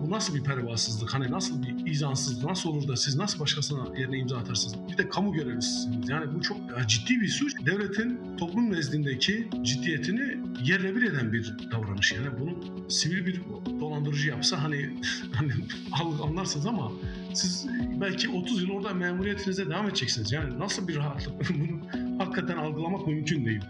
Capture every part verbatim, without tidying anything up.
bu nasıl bir pervasızlık, hani nasıl bir izansızlık, nasıl olur da siz nasıl başkasına yerine imza atarsınız? Bir de kamu görevlisisiniz. Yani bu çok ciddi bir suç. Devletin toplum nezdindeki ciddiyetini yerle bir eden bir davranış. Yani bunu sivil bir dolandırıcı yapsa hani, hani anlarsınız ama siz belki otuz yıl orada memuriyetinize devam edeceksiniz. Yani nasıl bir rahatlık, bunu hakikaten algılamak mümkün değil.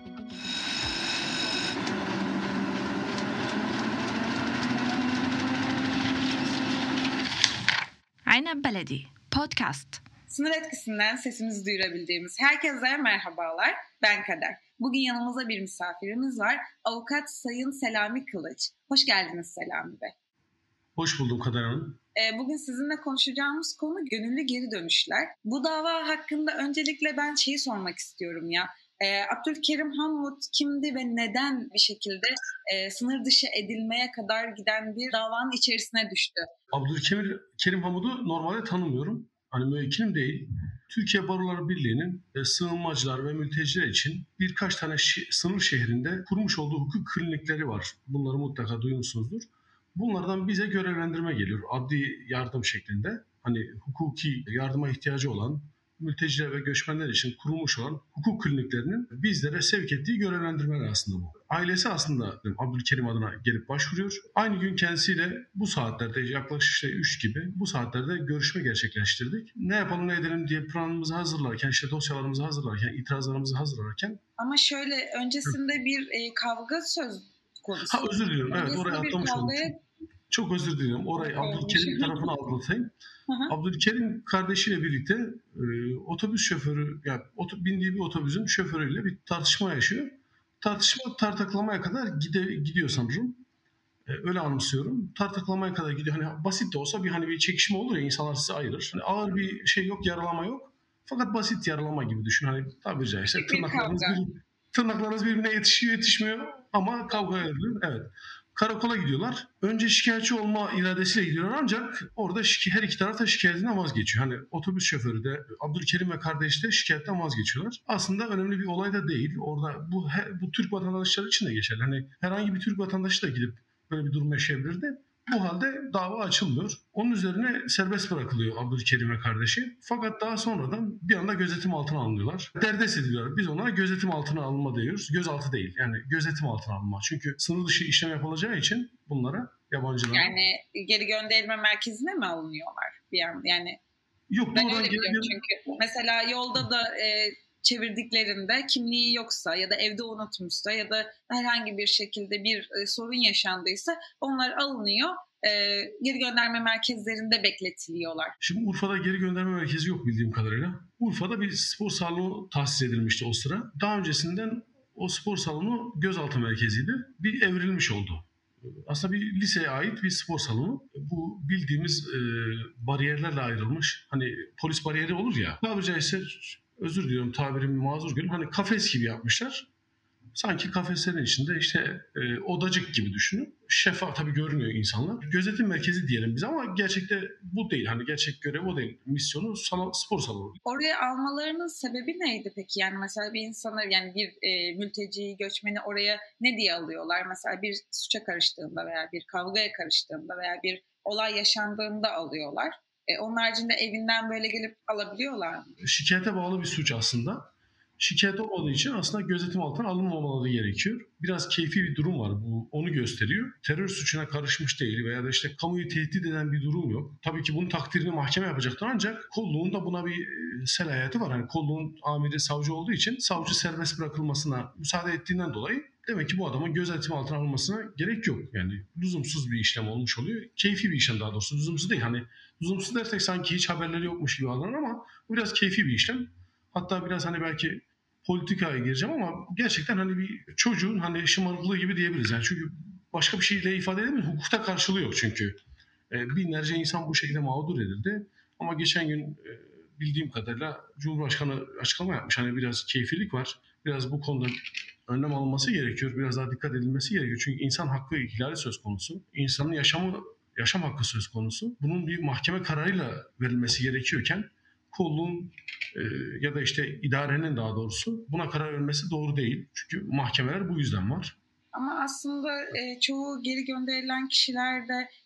Aynen Beledi Podcast. Sınır etkisinden sesimizi duyurabildiğimiz herkese merhabalar. Ben Kader. Bugün yanımızda bir misafirimiz var. Avukat Sayın Selami Kılıç. Hoş geldiniz Selami Bey. Hoş buldum Kader Hanım. Bugün sizinle konuşacağımız konu gönüllü geri dönüşler. Bu dava hakkında öncelikle ben şeyi sormak istiyorum ya. Abdülkerim Hamut kimdi ve neden bir şekilde e, sınır dışı edilmeye kadar giden bir davanın içerisine düştü? Abdülkerim Hamut'u normalde tanımıyorum. Hani müvekkilim değil. Türkiye Baroları Birliği'nin e, sığınmacılar ve mülteciler için birkaç tane şi- sınır şehrinde kurmuş olduğu hukuk klinikleri var. Bunları mutlaka duymuşsunuzdur. Bunlardan bize görevlendirme geliyor. Adli yardım şeklinde. Hani hukuki yardıma ihtiyacı olan mülteciler ve göçmenler için kurulmuş olan hukuk kliniklerinin bizlere sevk ettiği görevlendirmeler aslında bu. Ailesi aslında Abdülkerim adına gelip başvuruyor. Aynı gün kendisiyle bu saatlerde yaklaşık işte üç gibi bu saatlerde görüşme gerçekleştirdik. Ne yapalım ne edelim diye planımızı hazırlarken, işte dosyalarımızı hazırlarken, itirazlarımızı hazırlarken. Ama şöyle öncesinde bir e, kavga söz konusu. Ha özür diliyorum. Evet orayı atlamış oldum. Kavgaya... Çok özür dilerim. Orayı Abdülkerim tarafını algılatayım. Hı hı. Abdülkerim kardeşiyle birlikte e, otobüs şoförü, yani ot- bindiği bir otobüsün şoförüyle bir tartışma yaşıyor. Tartışma tartaklamaya kadar gide, gidiyor sanırım. E, öyle anımsıyorum. Tartaklamaya kadar gidiyor. Hani basit de olsa bir hani bir çekişme olur ya, insanlar sizi ayırır. Hani ağır bir şey yok, yaralama yok. Fakat basit yaralama gibi düşün. Hani tabiri caizse tırnaklarınız, bir, tırnaklarınız birbirine yetişiyor, yetişmiyor ama kavga ediyor. Evet. Karakola gidiyorlar. Önce şikayetçi olma iradesiyle gidiyorlar ancak orada şik- her iki taraf da şikayetinden vazgeçiyor. Hani otobüs şoförü de Abdülkerim ve kardeş de şikayetten vazgeçiyorlar. Aslında önemli bir olay da değil. Orada bu he, bu Türk vatandaşları için de geçerli. Hani herhangi bir Türk vatandaşı da gidip böyle bir durum yaşayabilirdi. Bu halde dava açılmıyor. Onun üzerine serbest bırakılıyor Abdülkerim ve kardeşi. Fakat daha sonradan bir anda gözetim altına alınıyorlar. Derdest ediliyorlar. Biz onlara gözetim altına alınma diyoruz. Gözaltı değil. Yani gözetim altına alınma. Çünkü sınır dışı işlem yapılacağı için bunlara, yabancılara. Yani geri gönderilme merkezine mi alınıyorlar bir an? Yani yok ben doğrudan öyle geri biliyorum çünkü mesela yolda da e, çevirdiklerinde kimliği yoksa ya da evde unutmuşsa ya da herhangi bir şekilde bir e, sorun yaşandıysa onlar alınıyor. E, geri gönderme merkezlerinde bekletiliyorlar. Şimdi Urfa'da geri gönderme merkezi yok bildiğim kadarıyla. Urfa'da bir spor salonu tahsis edilmişti o sıra. Daha öncesinden o spor salonu gözaltı merkeziydi. Bir evrilmiş oldu. Aslında bir liseye ait bir spor salonu. Bu bildiğimiz e, bariyerlerle ayrılmış. Hani polis bariyeri olur ya. Tabiri caizse, özür diliyorum tabirimi mazur görün. Hani kafes gibi yapmışlar. Sanki kafeslerin içinde işte e, odacık gibi düşünün. Şeffaf tabii görünüyor insanlar. Gözetim merkezi diyelim biz ama gerçekte bu değil. Hani gerçek görev o değil. Misyonu salon, spor salonu. Oraya almalarının sebebi neydi peki? Yani mesela bir insanı, yani bir e, mülteci, göçmeni oraya ne diye alıyorlar? Mesela bir suça karıştığında veya bir kavgaya karıştığında veya bir olay yaşandığında alıyorlar. E, onun haricinde evinden böyle gelip alabiliyorlar mı? Şikayete bağlı bir suç aslında. Şikayet olmadığı için aslında gözetim altına alınmamaları gerekiyor. Biraz keyfi bir durum var. Bu onu gösteriyor. Terör suçuna karışmış değil veya da işte kamuyu tehdit eden bir durum yok. Tabii ki bunun takdirini mahkeme yapacaktır ancak kolluğun da buna bir selahiyeti var. Yani kolluğun amiri savcı olduğu için savcı serbest bırakılmasına müsaade ettiğinden dolayı demek ki bu adamın gözetim altına alınmasına gerek yok. Yani lüzumsuz bir işlem olmuş oluyor. Keyfi bir işlem daha doğrusu. Lüzumsuz değil. Hani lüzumsuz dersek sanki hiç haberleri yokmuş gibi alınır ama bu biraz keyfi bir işlem. Hatta biraz hani belki politikaya gireceğim ama gerçekten hani bir çocuğun hani şımarıklığı gibi diyebiliriz. Yani çünkü başka bir şeyle ifade edemeyiz. Hukukta karşılığı yok çünkü. E, binlerce insan bu şekilde mağdur edildi. Ama geçen gün e, bildiğim kadarıyla Cumhurbaşkanı açıklama yapmış. Hani biraz keyfilik var. Biraz bu konuda önlem alınması gerekiyor. Biraz daha dikkat edilmesi gerekiyor. Çünkü insan hakkı ihlali söz konusu. İnsanın yaşamı, yaşam hakkı söz konusu. Bunun bir mahkeme kararıyla verilmesi gerekiyorken kolluğun e, ya da işte idarenin daha doğrusu buna karar vermesi doğru değil. Çünkü mahkemeler bu yüzden var. Ama aslında e, çoğu geri gönderilen kişiler de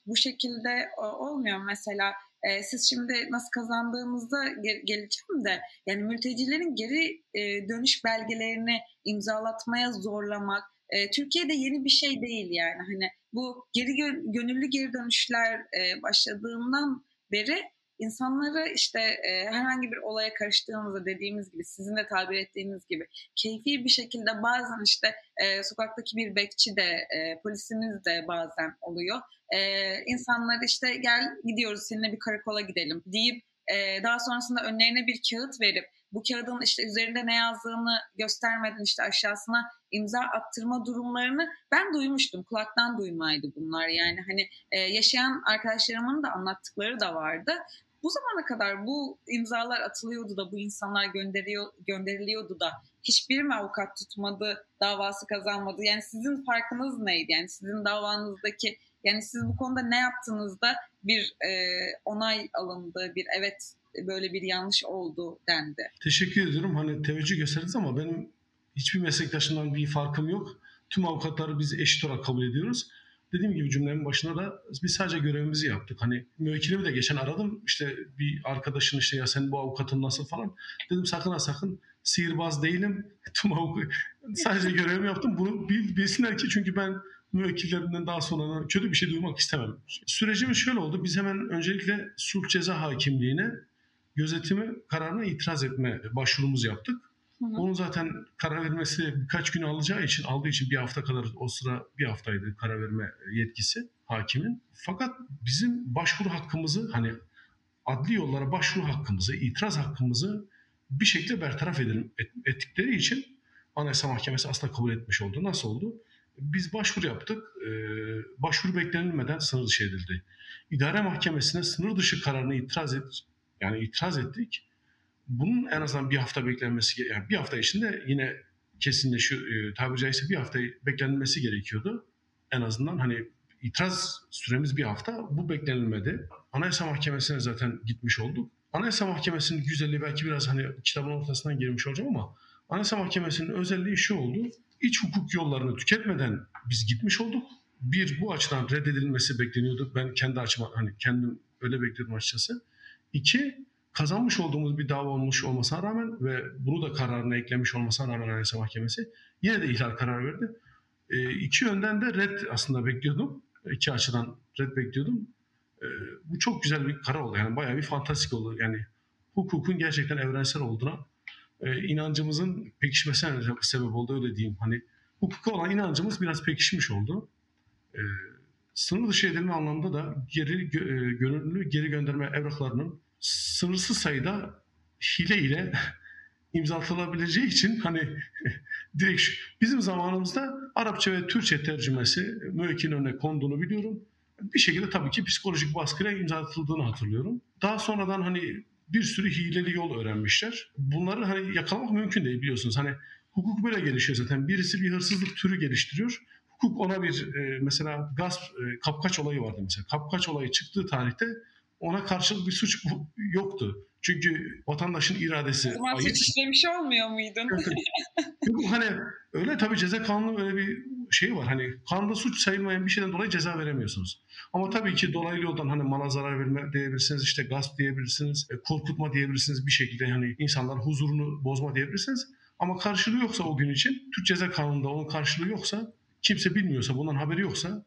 bu şekilde olmuyor. Mesela e, siz şimdi nasıl kazandığınızda ge- geleceğim de yani mültecilerin geri e, dönüş belgelerini imzalatmaya zorlamak e, Türkiye'de yeni bir şey değil yani. Hani bu geri gö- gönüllü geri dönüşler e, başladığından beri insanları işte e, herhangi bir olaya karıştığımızda dediğimiz gibi sizin de tabir ettiğiniz gibi keyfi bir şekilde bazen işte e, sokaktaki bir bekçi de e, polisimiz de bazen oluyor. E, insanlar işte gel gidiyoruz seninle bir karakola gidelim deyip e, daha sonrasında önlerine bir kağıt verip bu kağıdın işte üzerinde ne yazdığını göstermeden işte aşağısına imza attırma durumlarını ben duymuştum. Kulaktan duymaydı bunlar yani hani e, yaşayan arkadaşlarımın da anlattıkları da vardı. Bu zamana kadar bu imzalar atılıyordu da bu insanlar gönderiyor, gönderiliyordu da hiçbir mi avukat tutmadı, davası kazanmadı? Yani sizin farkınız neydi? Yani sizin davanızdaki, yani siz bu konuda ne yaptığınızda bir e, onay alındı, bir evet böyle bir yanlış oldu dendi? Teşekkür ediyorum. Hani teveccüh gösterdiniz ama benim hiçbir meslektaşımdan bir farkım yok. Tüm avukatları biz eşit olarak kabul ediyoruz. Dediğim gibi cümlemin başında da biz sadece görevimizi yaptık. Hani müvekkilimi de geçen aradım. İşte bir arkadaşın işte ya sen bu avukatın nasıl falan. Dedim sakın ha sakın sihirbaz değilim. Tüm avukat sadece görevimi yaptım. Bunu bil, bilsinler ki çünkü ben müvekkillerimden daha sonra kötü bir şey duymak istemem. Sürecimiz şöyle oldu. Biz hemen öncelikle sulh ceza hakimliğine gözetimi kararına itiraz etme başvurumuzu yaptık. Hı hı. Onun zaten karar vermesi birkaç gün alacağı için, aldığı için bir hafta kadar, o sıra bir haftaydı karar verme yetkisi hakimin. Fakat bizim başvuru hakkımızı, hani adli yollara başvuru hakkımızı, itiraz hakkımızı bir şekilde bertaraf edin, et, ettikleri için Anayasa Mahkemesi aslında kabul etmiş oldu. Nasıl oldu? Biz başvuru yaptık. Ee, başvuru beklenilmeden sınır dışı edildi. İdare Mahkemesi'ne sınır dışı kararını itiraz et, yani itiraz ettik. Bunun en azından bir hafta beklenmesi, yani bir hafta içinde yine kesinleşiyor, e, tabiri caizse bir hafta beklenmesi gerekiyordu. En azından hani itiraz süremiz bir hafta, bu beklenilmedi. Anayasa Mahkemesi'ne zaten gitmiş olduk. Anayasa Mahkemesi'nin güzelliği belki biraz hani kitabın ortasından girmiş olacağım ama Anayasa Mahkemesi'nin özelliği şu oldu. İç hukuk yollarını tüketmeden biz gitmiş olduk. Bir, bu açıdan reddedilmesi bekleniyordu. Ben kendi açıma hani kendim öyle bekliyordum açıkçası. İki, kazanmış olduğumuz bir dava olmuş olmasına rağmen ve bunu da kararına eklemiş olmasına rağmen Anayasa Mahkemesi yine de ihlal kararı verdi. E, iki yönden de red aslında bekliyordum. İki açıdan red bekliyordum. E, bu çok güzel bir karar oldu. Yani bayağı bir fantastik oldu. Yani hukukun gerçekten evrensel olduğuna e, inancımızın pekişmesine sebep oldu, öyle diyeyim. Hani hukuka olan inancımız biraz pekişmiş oldu. E, sınır dışı edilme anlamında da geri gö- e, gönüllü geri gönderme evraklarının sınırsız sayıda hile ile imzalatılabileceği için hani direkt şu- bizim zamanımızda Arapça ve Türkçe tercümesi müvekkilin önüne konduğunu biliyorum. Bir şekilde tabii ki psikolojik baskıyla imzalatıldığını hatırlıyorum. Daha sonradan hani bir sürü hileli yol öğrenmişler. Bunları hani yakalamak mümkün değil, biliyorsunuz. Hani hukuk böyle gelişiyor zaten. Birisi bir hırsızlık türü geliştiriyor. Hukuk ona bir e, mesela gasp, e, kapkaç olayı vardı mesela. Kapkaç olayı çıktığı tarihte ona karşılık bir suç bu- yoktu. Çünkü vatandaşın O iradesi zaman ayıp. suç işlemiş olmuyor muydun? Evet, evet. Çünkü hani öyle tabii ceza kanunu öyle bir şey var. Hani kanunda suç sayılmayan bir şeyden dolayı ceza veremiyorsunuz. Ama tabii ki dolaylı yoldan hani mala zarar verme diyebilirsiniz, işte gasp diyebilirsiniz, e, korkutma diyebilirsiniz, bir şekilde hani insanların huzurunu bozma diyebilirsiniz. Ama karşılığı yoksa o gün için, Türk Ceza Kanunu'nda onun karşılığı yoksa, kimse bilmiyorsa, bundan haberi yoksa,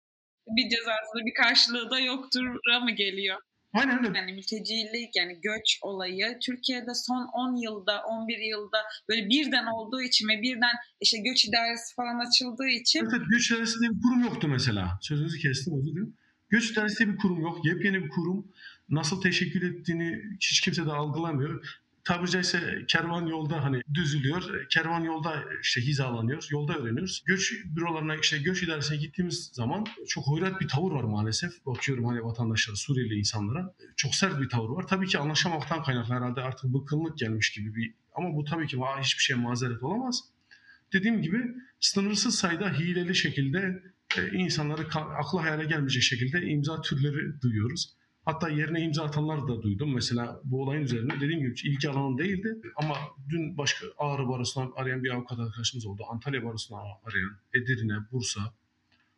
Bir cezası da bir karşılığı da yoktur'a mı geliyor? aynen öyle. Yani mültecilik yani göç olayı Türkiye'de son on yılda on bir yılda böyle birden olduğu için ve birden işte göç idaresi falan açıldığı için Evet, evet, Göç İdaresi diye bir kurum yoktu mesela. Sözünüzü kestim, özür dilerim. Göç İdaresi diye bir kurum yok. Yepyeni bir kurum. Nasıl teşekkül ettiğini hiç kimse de algılamıyor. Tabiri caizse kervan yolda hani düzülüyor. Kervan yolda işte hizalanıyor. Yolda öğreniyoruz. Göç bürolarına, işte göç idaresine gittiğimiz zaman çok hoyrat bir tavır var maalesef. Bakıyorum hani vatandaşlara, Suriyeli insanlara. Çok sert bir tavır var. Tabii ki anlaşamaktan kaynaklı herhalde, artık bıkkınlık gelmiş gibi bir, ama bu tabii ki hiçbir şeye mazeret olamaz. Dediğim gibi sınırsız sayıda hileli şekilde e, insanları ka- akla hayale gelmeyecek şekilde imza türleri duyuyoruz. Hatta yerine imza atanlar da duydum. Mesela bu olayın üzerine, dediğim gibi ilgi alanım değildi. Ama dün başka Ağrı Barosu'ndan arayan bir avukat arkadaşımız oldu. Antalya Barosu'ndan arayan, Edirne, Bursa.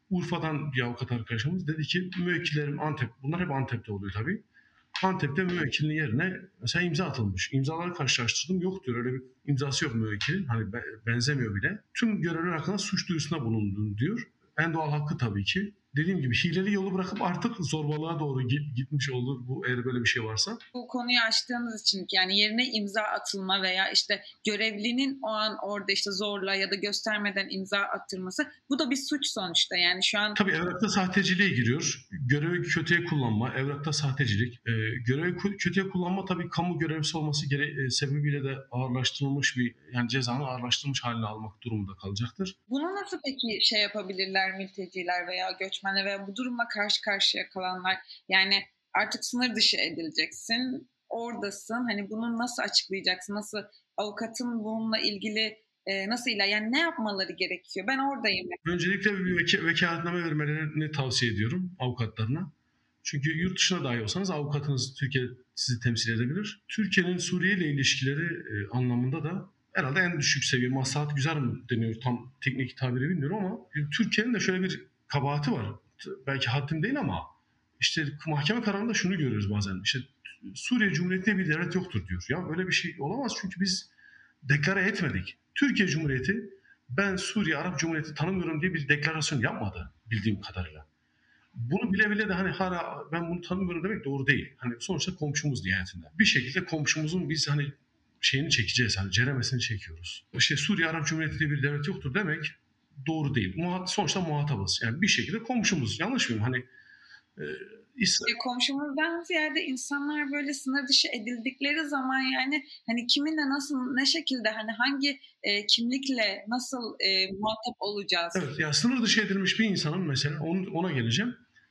Urfa'dan bir avukat arkadaşımız dedi ki müvekkillerim Antep, bunlar hep Antep'te oluyor tabii. Antep'te müvekkilin yerine mesela imza atılmış. İmzaları karşılaştırdım. Yok diyor, öyle bir imzası yok müvekkilin. Hani benzemiyor bile. Tüm görevler hakkında suç duyurusunda bulundum diyor. En doğal hakkı tabii ki. Dediğim gibi hileli yolu bırakıp artık zorbalığa doğru gitmiş olur bu, eğer böyle bir şey varsa. Bu konuyu açtığınız için, yani yerine imza atılma veya işte görevlinin o an orada işte zorla ya da göstermeden imza attırması, bu da bir suç sonuçta. Yani şu an tabii evrakta sahteciliğe giriyor. Görevi kötüye kullanma, evrakta sahtecilik. Ee, görevi kötüye kullanma tabii kamu görevlisi olması gere- sebebiyle de ağırlaştırılmış bir, yani cezanı ağırlaştırılmış haline almak durumunda kalacaktır. Bunu nasıl peki şey yapabilirler mülteciler veya göçmenler veya bu durumla karşı karşıya kalanlar? Yani artık sınır dışı edileceksin, oradasın. Hani bunu nasıl açıklayacaksın? Nasıl avukatın bununla ilgili e, nasıl iler? Yani ne yapmaları gerekiyor? Ben oradayım. Öncelikle bir vek- vekaletname vermelerini tavsiye ediyorum avukatlarına. Çünkü yurt dışına dahi olsanız avukatınız Türkiye sizi temsil edebilir. Türkiye'nin Suriye ile ilişkileri e, anlamında da herhalde en düşük seviye, maslahat güzel mi deniyor, tam teknik tabiri bilmiyorum ama Türkiye'nin de şöyle bir kabahati var. Belki haddim değil ama işte mahkeme kararında şunu görüyoruz bazen. İşte Suriye Cumhuriyeti bir devlet yoktur diyor. Ya öyle bir şey olamaz çünkü biz deklare etmedik. Türkiye Cumhuriyeti ben Suriye Arap Cumhuriyeti tanımıyorum diye bir deklarasyon yapmadı bildiğim kadarıyla. Bunu bile bile de hani hala ben bunu tanımıyorum demek doğru değil. Hani sonuçta komşumuz nihayetinde. Bir şekilde komşumuzun biz hani şeyini çekeceğiz, hani ceremesini çekiyoruz. İşte Suriye Arap Cumhuriyeti diye bir devlet yoktur demek doğru değil. Muhat, sonuçta muhatabız. Yani bir şekilde komşumuz. Yanlış mıyım? Hani e, İsrail... E, komşumuzdan ziyade insanlar böyle sınır dışı edildikleri zaman yani hani kiminle nasıl, ne şekilde, hani hangi e, kimlikle nasıl e, muhatap olacağız? Evet, yani sınır dışı edilmiş bir insanın mesela onu, ona geleceğim.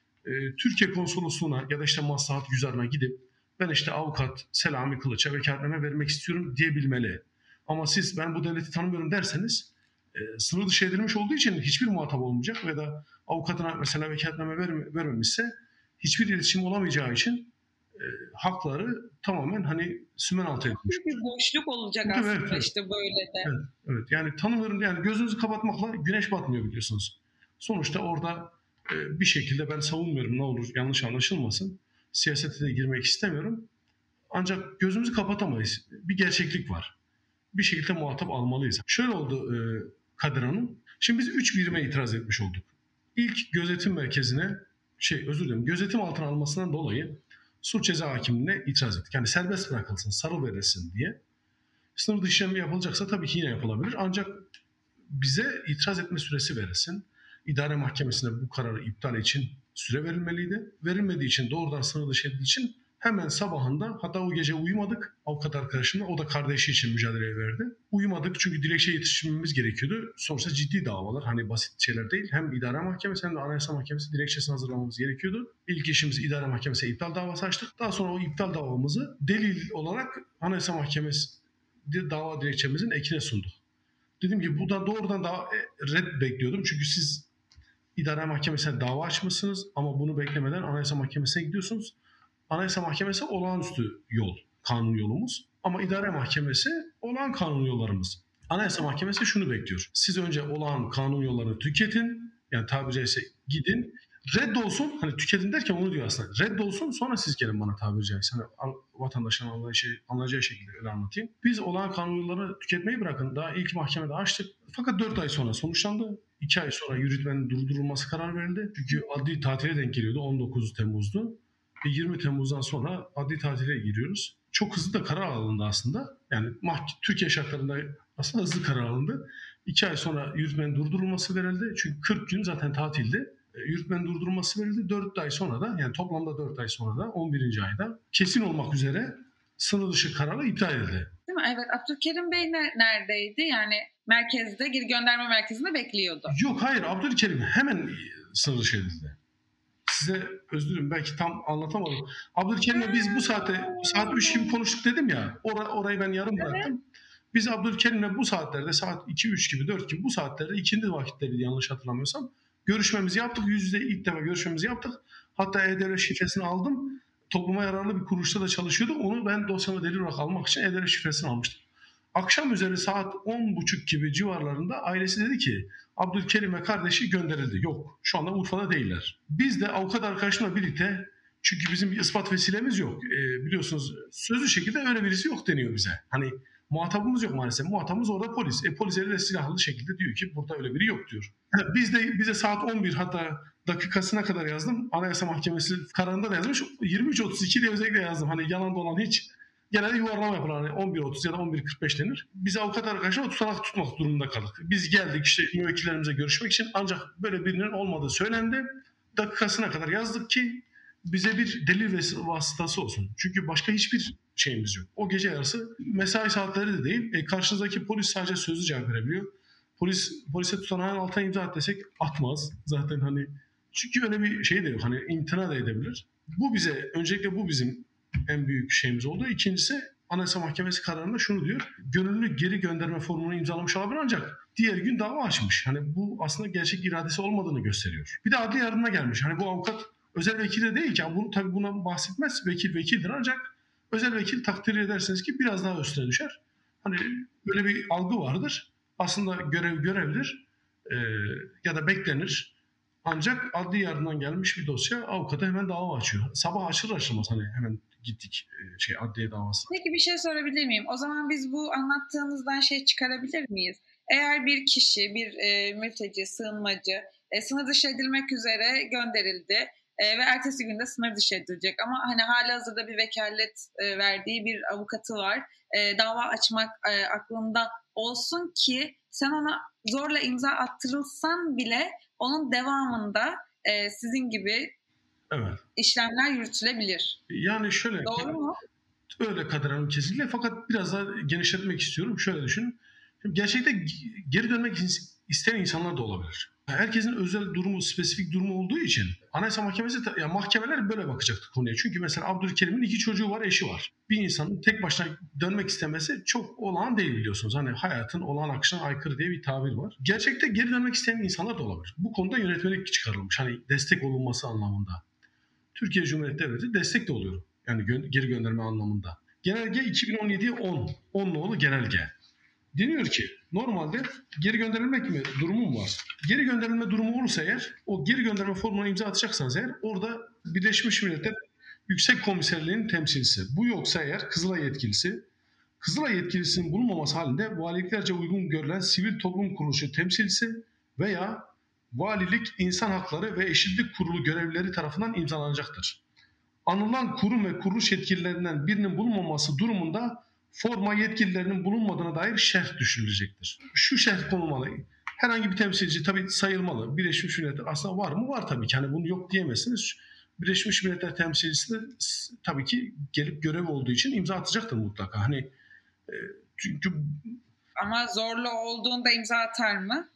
E, Türkiye konsolosluğuna ya da işte maslahat güzarına gidip ben işte avukat Selami Kılıç'a vekaletname vermek istiyorum diyebilmeli. Ama siz ben bu devleti tanımıyorum derseniz e, sınır dışı edilmiş olduğu için hiçbir muhatap olmayacak ve da avukatına mesela vekaletname verme, vermemişse hiçbir iletişim olamayacağı için e, hakları tamamen hani sümen altı edilmiş. Bir boşluk olacak evet, aslında evet, evet. işte böyle de. Evet, evet. Yani tanımıyorum, yani gözünüzü kapatmakla güneş batmıyor biliyorsunuz. Sonuçta orada e, bir şekilde ben savunmuyorum, ne olur yanlış anlaşılmasın. Siyasete de girmek istemiyorum. Ancak gözümüzü kapatamayız. Bir gerçeklik var. Bir şekilde muhatap almalıyız. Şöyle oldu e, Kadir Hanım. Şimdi biz üç birime itiraz etmiş olduk. İlk gözetim merkezine şey özür dilerim gözetim altına almasından dolayı suç ceza hakimliğine itiraz ettik. Yani serbest bırakılsın, sarı verilsin diye. Sınır dışı işlemi yapılacaksa tabii ki yine yapılabilir. Ancak bize itiraz etme süresi verilsin. İdare mahkemesine bu kararı iptal için süre verilmeliydi. Verilmediği için doğrudan sınır dışı edildiği için hemen sabahında, hatta o gece uyumadık. Avukat arkadaşımla, o da kardeşi için mücadele verdi. Uyumadık çünkü dilekçe yetiştirmemiz gerekiyordu. Sonuçta ciddi davalar, hani basit şeyler değil. Hem idare mahkemesi hem de anayasa mahkemesi dilekçesini hazırlamamız gerekiyordu. İlk işimiz idare mahkemesine iptal davası açtık. Daha sonra o iptal davamızı delil olarak anayasa mahkemesi dava dilekçemizin ekine sunduk. Dedim ki bu da doğrudan daha red bekliyordum. Çünkü siz idare mahkemesine dava açmışsınız ama bunu beklemeden anayasa mahkemesine gidiyorsunuz. Anayasa mahkemesi olağanüstü yol, kanun yolumuz. Ama idare mahkemesi olağan kanun yollarımız. Anayasa mahkemesi şunu bekliyor. Siz önce olağan kanun yollarını tüketin. Yani tabiri caizse gidin. Reddolsun, hani tüketin derken onu diyor aslında. Reddolsun, sonra siz gelin bana, tabiri caizse. Hani vatandaşın anlayacağı, şey, anlayacağı şekilde öyle anlatayım. Biz olağan kanun yollarını tüketmeyi bırakın. Daha ilk mahkemede açtık. Fakat dört ay sonra sonuçlandı. iki ay sonra yürütmenin durdurulması karar verildi. Çünkü adli tatile denk geliyordu. on dokuz Temmuz'du. Ve yirmi Temmuz'dan sonra adli tatile giriyoruz. Çok hızlı da karar alındı aslında. Yani Türkiye şartlarında aslında hızlı karar alındı. iki ay sonra yürütmenin durdurulması verildi. Çünkü kırk gün zaten tatildi. Yürütmenin durdurulması verildi. dört ay sonra da, yani toplamda dört ay sonra da on birinci ayda kesin olmak üzere sınır dışı kararı iptal edildi. Değil mi? Evet. Abdülkerim Bey neredeydi? Yani merkezde, geri gönderme merkezinde bekliyordu. Yok, hayır. Abdülkerim hemen sınır dışı edildi. Size özür dilerim, belki tam anlatamadım. Abdülkerim'le biz bu saatte saat üç gibi konuştuk dedim ya. Or- orayı ben yarım bıraktım. Evet. Biz Abdülkerim'le bu saatlerde saat iki üç gibi dört gibi bu saatlerde ikindi vakitleri yanlış hatırlamıyorsam görüşmemizi yaptık. Yüz yüze ilk defa görüşmemizi yaptık. Hatta E-Devlet şifresini aldım. Topluma yararlı bir kuruluşta da çalışıyordu. Onu ben dosyama delil olarak almak için E-Devlet şifresini almıştım. Akşam üzeri saat on buçuk gibi civarlarında ailesi dedi ki Abdülkerim ve kardeşi gönderildi. Yok, şu anda Urfa'da değiller. Biz de avukat arkadaşımla birlikte, çünkü bizim bir ispat vesilemiz yok. E, biliyorsunuz sözlü şekilde öyle birisi yok deniyor bize. Hani muhatabımız yok maalesef. Muhatabımız orada polis. E, polis eliyle silahlı şekilde diyor ki burada öyle biri yok diyor. Biz de bize saat on bir, hatta dakikasına kadar yazdım. Anayasa Mahkemesi kararında da yazmış. yirmi üç otuz iki diye özellikle yazdım. Hani yalan dolan hiç. Genelde yuvarlama yapılan hani on bir otuz ya da on bir kırk beş denir. Biz avukat arkadaşlarla tutanak tutmak durumunda kaldık. Biz geldik işte müvekkillerimize görüşmek için, ancak böyle birinin olmadığı söylendi. Dakikasına kadar yazdık ki bize bir delil vasıtası olsun. Çünkü başka hiçbir şeyimiz yok. O gece yarısı mesai saatleri de değil. E, karşınızdaki polis sadece sözlü cevap verebiliyor. Polis polise tutanağın altına imza at desek atmaz. Zaten hani çünkü öyle bir şey de yok. Hani imtina da edebilir. Bu bize öncelikle bu bizim en büyük şeyimiz oldu. İkincisi Anayasa Mahkemesi kararında şunu diyor. Gönüllü geri gönderme formunu imzalamış olabilir ancak diğer gün dava açmış. Hani bu aslında gerçek iradesi olmadığını gösteriyor. Bir de adli yardımına gelmiş. Hani bu avukat özel vekil de değil ki. Bu, tabii buna bahsetmez. Vekil vekildir ancak özel vekil takdir ederseniz ki biraz daha üstüne düşer. Hani böyle bir algı vardır. Aslında görev görevdir e, ya da beklenir. Ancak adli yardımdan gelmiş bir dosya avukata hemen dava açıyor. Sabah açılır açılmaz hani hemen gittik e, şey adliye davası. Peki bir şey sorabilir miyim? O zaman biz bu anlattığınızdan şey çıkarabilir miyiz? Eğer bir kişi, bir e, mülteci, sığınmacı e, sınır dışı edilmek üzere gönderildi e, ve ertesi günde sınır dışı edilecek ama hani halihazırda bir vekalet e, verdiği bir avukatı var. E, dava açmak e, aklında olsun ki sen ona zorla imza attırılsan bile onun devamında e, sizin gibi evet. işlemler yürütülebilir. Yani şöyle. Doğru mu? Öyle Kadir Hanım, kesinlikle, fakat biraz daha genişletmek istiyorum. Şöyle düşünün. Gerçekte geri dönmek isteyen insanlar da olabilir. Herkesin özel durumu, spesifik durumu olduğu için Anayasa Mahkemesi, ya mahkemeler böyle bakacaktı konuya. Çünkü mesela Abdülkerim'in iki çocuğu var, eşi var. Bir insanın tek başına dönmek istemesi çok olağan değil, biliyorsunuz. Hani hayatın olağan akışına aykırı diye bir tabir var. Gerçekte geri dönmek isteyen insanlar da olabilir. Bu konuda yönetmelik çıkarılmış. Hani destek olunması anlamında. Türkiye Cumhuriyeti Devleti destek de oluyor. Yani gö- geri gönderme anlamında. Genelge iki bin on yediye on. on nolu genelge. Deniyor ki normalde geri gönderilmek mi durumu var? Geri gönderilme durumu olursa eğer, o geri gönderme formuna imza atacaksanız eğer, orada Birleşmiş Milletler Yüksek Komiserliğinin temsilcisi. Bu yoksa eğer Kızılay yetkilisi, Kızılay yetkilisinin bulunmaması halinde valiliklerce uygun görülen sivil toplum kuruluşu temsilcisi veya Valilik İnsan Hakları ve Eşitlik Kurulu görevlileri tarafından imzalanacaktır. Anılan kurum ve kuruluş yetkililerinden birinin bulunmaması durumunda forma yetkililerinin bulunmadığına dair şerh düşürülecektir. Şu şerh konulmalı. Herhangi bir temsilci tabii sayılmalı. Birleşmiş Milletler aslında var mı? Var tabii ki. Hani bunu yok diyemezsiniz. Birleşmiş Milletler temsilcisi de tabii ki gelip görev olduğu için imza atacaktır mutlaka. Hani e, çünkü ama zorlu olduğunda imza atar mı?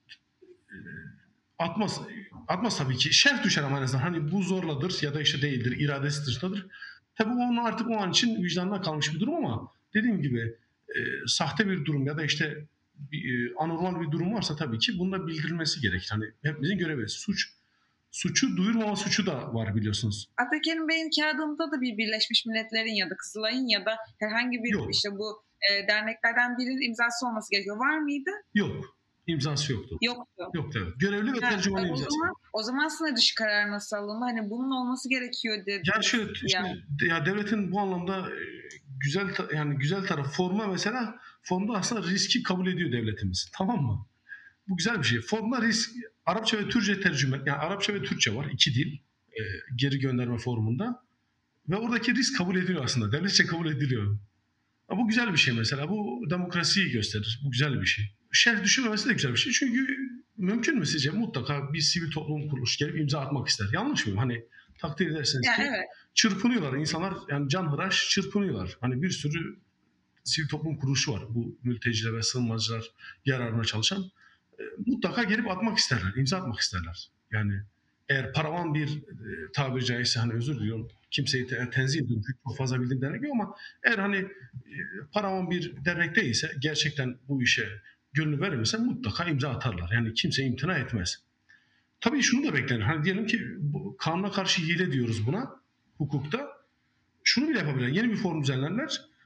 Atmaz, atmaz tabii ki. Şerh düşer ama en azından. Hani bu zorladır ya da işte değildir, iradesi dışındadır. Tabii onun artık o an için vicdanına kalmış bir durum ama dediğim gibi e, sahte bir durum ya da işte bir, e, anormal bir durum varsa tabii ki bunun da bildirilmesi gerekir. Hani hepimizin görevi. Suç, suçu duyurmama suçu da var, biliyorsunuz. Abdülkerim Bey'in kağıdında da bir Birleşmiş Milletler'in ya da Kızılay'ın ya da herhangi bir Yok. işte bu e, derneklerden birinin imzası olması gerekiyor. Var mıydı? Yok. İmzası yoktu. Yoktu. Yoktu, evet. Görevli ve tercümanın imzası. O zaman, o zaman sınır dışı karar nasıl alındı? Hani bunun olması gerekiyor dedi. Yani şöyle yani. işte, ya devletin bu anlamda güzel yani güzel tarafı, forma mesela, formda aslında riski kabul ediyor devletimiz. Tamam mı? Bu güzel bir şey. Formda risk, Arapça ve Türkçe tercüme, yani Arapça ve Türkçe var, iki dil e, geri gönderme formunda ve oradaki risk kabul ediliyor aslında. Devletçe kabul ediliyor. Ama bu güzel bir şey mesela. Bu demokrasiyi gösterir. Bu güzel bir şey. Şerh düşürmemesi de güzel bir şey. Çünkü mümkün mü sizce? Mutlaka bir sivil toplum kuruluşu gelip imza atmak ister. Yanlış mıyım? Hani takdir ederseniz yani ki evet. Çırpınıyorlar. İnsanlar yani canhıraş çırpınıyorlar. Hani bir sürü sivil toplum kuruluşu var. Bu mülteciler ve sığınmacılar yararına çalışan. E, mutlaka gelip atmak isterler. İmza atmak isterler. Yani eğer paravan bir e, tabiri caizse, hani özür diliyorum, kimseyi te- tenzih ediyorum çünkü çok fazla bildiğim dernek yok ama eğer hani e, paravan bir dernek değilse, gerçekten bu işe gönül verilirse mutlaka imza atarlar. Yani kimse imtina etmez. Tabii şunu da beklenir. Hani diyelim ki bu, kanuna karşı hile diyoruz buna hukukta. Şunu bile yapabilirler. Yeni bir form düzenlerler.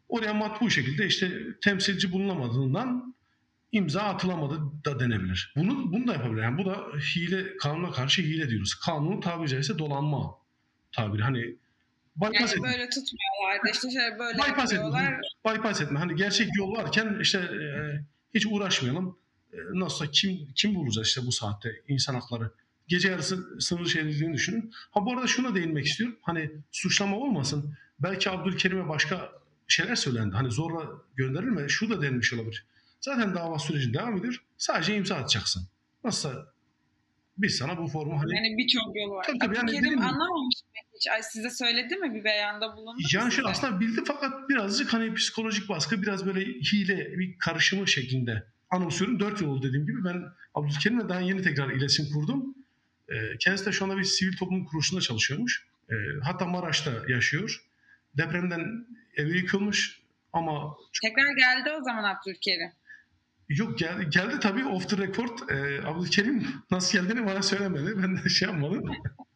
Oraya matbu şekilde işte temsilci bulunamadığından imza atılamadı da denebilir. Bunu, bunu da yapabilir. Yani bu da hile, kanuna karşı hile diyoruz. Kanunu tabiri caizse dolanma tabiri. Hani bypass Yani etme. böyle tutmuyorlar da işte şöyle böyle Bypass etme. yapıyorlar. Bypass etme. Hani gerçek yol varken işte e, hiç uğraşmayalım. E, nasılsa kim kim bulacağız işte bu saatte insan hakları. Gece yarısı sınır şeridini düşünün. Ha bu arada şuna değinmek istiyorum. Hani suçlama olmasın. Belki Abdülkerim'e başka şeyler söylendi. Hani zorla gönderilme. Şu da denmiş olabilir. Zaten dava sürecin devam ediyor. Sadece imza atacaksın. Nasılsa biz sana bu formu hani Yani birçok yolu var. tabii tabii yani Abdülkerim dediğim gibi anlamamış mı hiç? Ay, size söyledi mi? Bir beyanda bulundu mu yani şu size? aslında bildi fakat birazcık hani psikolojik baskı biraz böyle hile bir karışımı şeklinde anımsıyorum. Dört yıl oldu dediğim gibi ben Abdülkerim'le daha yeni tekrar iletişim kurdum. E, kendisi de şu anda bir sivil toplum kuruluşunda çalışıyormuş. E, hatta Maraş'ta yaşıyor. Depremden evi yıkılmış ama Tekrar geldi o zaman Abdülkerim. yok geldi, geldi tabii off the record. E, Abdülkerim nasıl geldiğini bana söylemedi. Ben de şey yapmadım.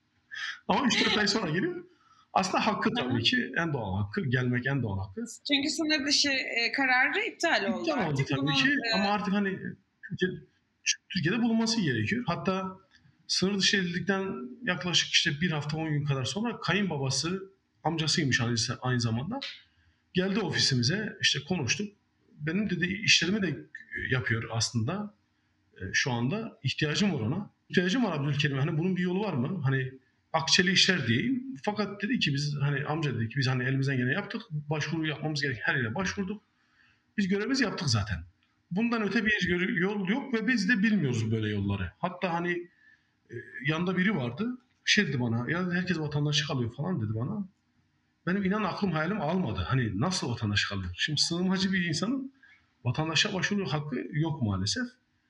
Ama üç dört ay sonra geliyor. Aslında hakkı tabii ki en doğal hakkı. Gelmek en doğal hakkı. Çünkü sınır dışı e, kararı iptal oldu İptal oldu artık. tabii Bunun ki e, ama artık hani Türkiye, Türkiye'de bulunması gerekiyor. Hatta sınır dışı edildikten yaklaşık işte bir hafta on gün kadar sonra kayınbabası amcasıymış aynı, aynı zamanda. Geldi ofisimize işte konuştuk. Benim dedi işlerimi de yapıyor aslında e, şu anda. İhtiyacım var ona. İhtiyacım var Abdülkerim. Hani bunun bir yolu var mı? Hani akçeli işler değil. Fakat dedi ki biz hani amca dedi ki biz hani elimizden geleni yaptık. Başvuru yapmamız gereken her yere başvurduk. Biz görevimizi yaptık zaten. Bundan öte bir yol yok ve biz de bilmiyoruz böyle yolları. Hatta hani e, yanında biri vardı. Şey dedi bana ya herkes vatandaşlık alıyor falan dedi bana. Benim inan aklım hayalim almadı. Hani nasıl vatandaşlık alıyor? Şimdi sığınmacı bir insanın vatandaşa başvuru hakkı yok maalesef.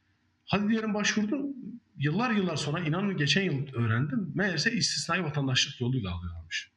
Hadi diyelim başvurdum. Yıllar yıllar sonra inanın geçen yıl öğrendim. Meğerse istisnai vatandaşlık yoluyla alıyorlarmış.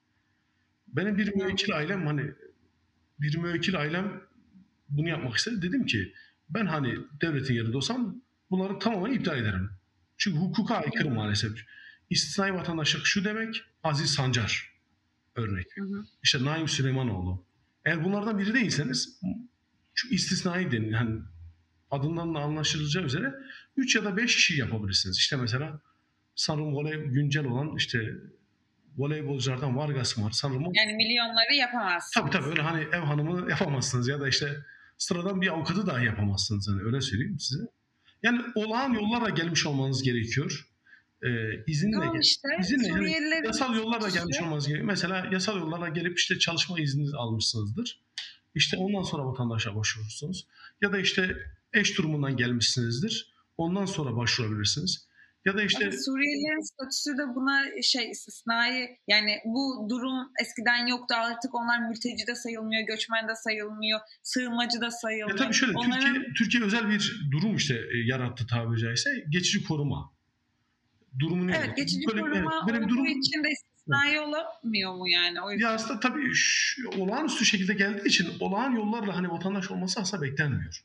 Benim bir müvekkil ailem hani bir müvekkil ailem bunu yapmak istedi. Dedim ki ben hani devletin yerinde olsam bunları tamamen iptal ederim. Çünkü hukuka aykırı maalesef. İstisnai vatandaşlık şu demek Aziz Sancar örnek. hı hı. İşte Naim Süleymanoğlu. Eğer bunlardan biri değilseniz şu istisnai denin. Hani adından da anlaşılacağı üzere üç ya da beş kişi yapabilirsiniz. İşte mesela sanırım voley güncel olan işte voleybolculardan Vargas var. Sanırım o Yani milyonları yapamazsınız. tabii tabii öyle hani ev hanımı yapamazsınız ya da işte sıradan bir avukatı dahi yapamazsınız. Hani öyle söyleyeyim size. Yani olağan yollarla gelmiş olmanız gerekiyor. Ee, izinle Tamam gel. işte İzinle yani Suriyelilerin yasal yollarla statüsü. gelmiş olmanız gerekiyor. Mesela yasal yollarla gelip işte çalışma izni almışsınızdır. İşte ondan sonra vatandaşa başvurursunuz. Ya da işte eş durumundan gelmişsinizdir. Ondan sonra başvurabilirsiniz. Ya da işte Ama Suriyelilerin statüsü de buna şey istisnai, yani bu durum eskiden yoktu, artık onlar mülteci de sayılmıyor, göçmen de sayılmıyor, sığınmacı da ya sayılmıyor. tabii şöyle Onların Türkiye Türkiye özel bir durum işte e, yarattı tabiri caizse. Geçici koruma durumunu evet yarattı. geçici Böyle, evet, koruma böyle bir olduğu durum. için de istisnai olamıyor mu yani? O Ya yüzden. aslında tabii şu, olağanüstü şekilde geldiği için olağan yollarla hani vatandaş olması aslında beklenmiyor.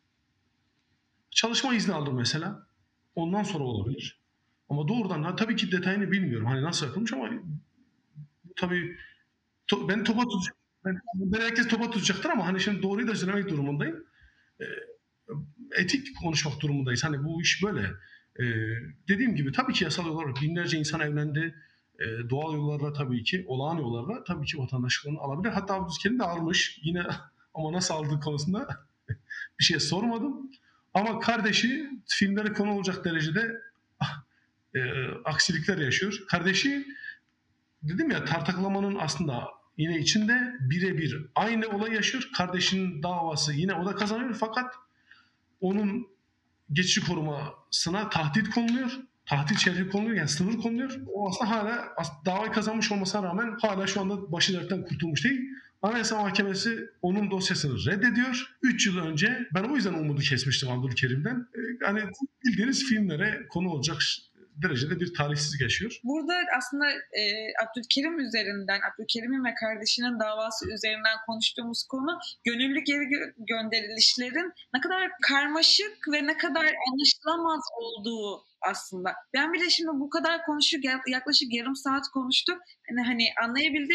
Çalışma izni aldım mesela. Ondan sonra olabilir. Ama doğrudan ha, tabii ki detayını bilmiyorum. Hani nasıl yapılmış ama bu tabii to, ben topa tutacak. Ben, ben herkes topa tutacaktır ama hani şimdi doğruyu da söylemek durumundayım. Ee, etik konuşmak durumundayız. Hani bu iş böyle. Ee, dediğim gibi tabii ki yasal olarak binlerce insan evlendi. Ee, doğal yollarla tabii ki, olağan yollarla tabii ki vatandaşlığını alabilir. Hatta Abdülkerim de almış. Yine ama nasıl aldığı konusunda bir şey sormadım. Ama kardeşi filmlere konu olacak derecede e, aksilikler yaşıyor. Kardeşi dedim ya tartaklamanın aslında yine içinde birebir aynı olay yaşıyor. Kardeşinin davası yine o da kazanıyor fakat onun geçici korumasına tahdit konuluyor. Tahdit şerhi konuluyor yani sınır konuluyor. O aslında hala davayı kazanmış olmasına rağmen hala şu anda başı dertten kurtulmuş değil. Anayasa Mahkemesi onun dosyasını reddediyor. üç yıl önce ben o yüzden umudu kesmiştim Abdülkerim'den. Ee, Hani bildiğiniz filmlere konu olacak derecede bir talihsizlik yaşıyor. Burada aslında e, Abdülkerim üzerinden, Abdülkerim'in ve kardeşinin davası üzerinden konuştuğumuz konu gönüllü geri gö- gönderilişlerin ne kadar karmaşık ve ne kadar anlaşılamaz olduğu aslında. Ben bile şimdi bu kadar konuştuk, yaklaşık yarım saat konuştuk. Hani, hani anlayabildiğim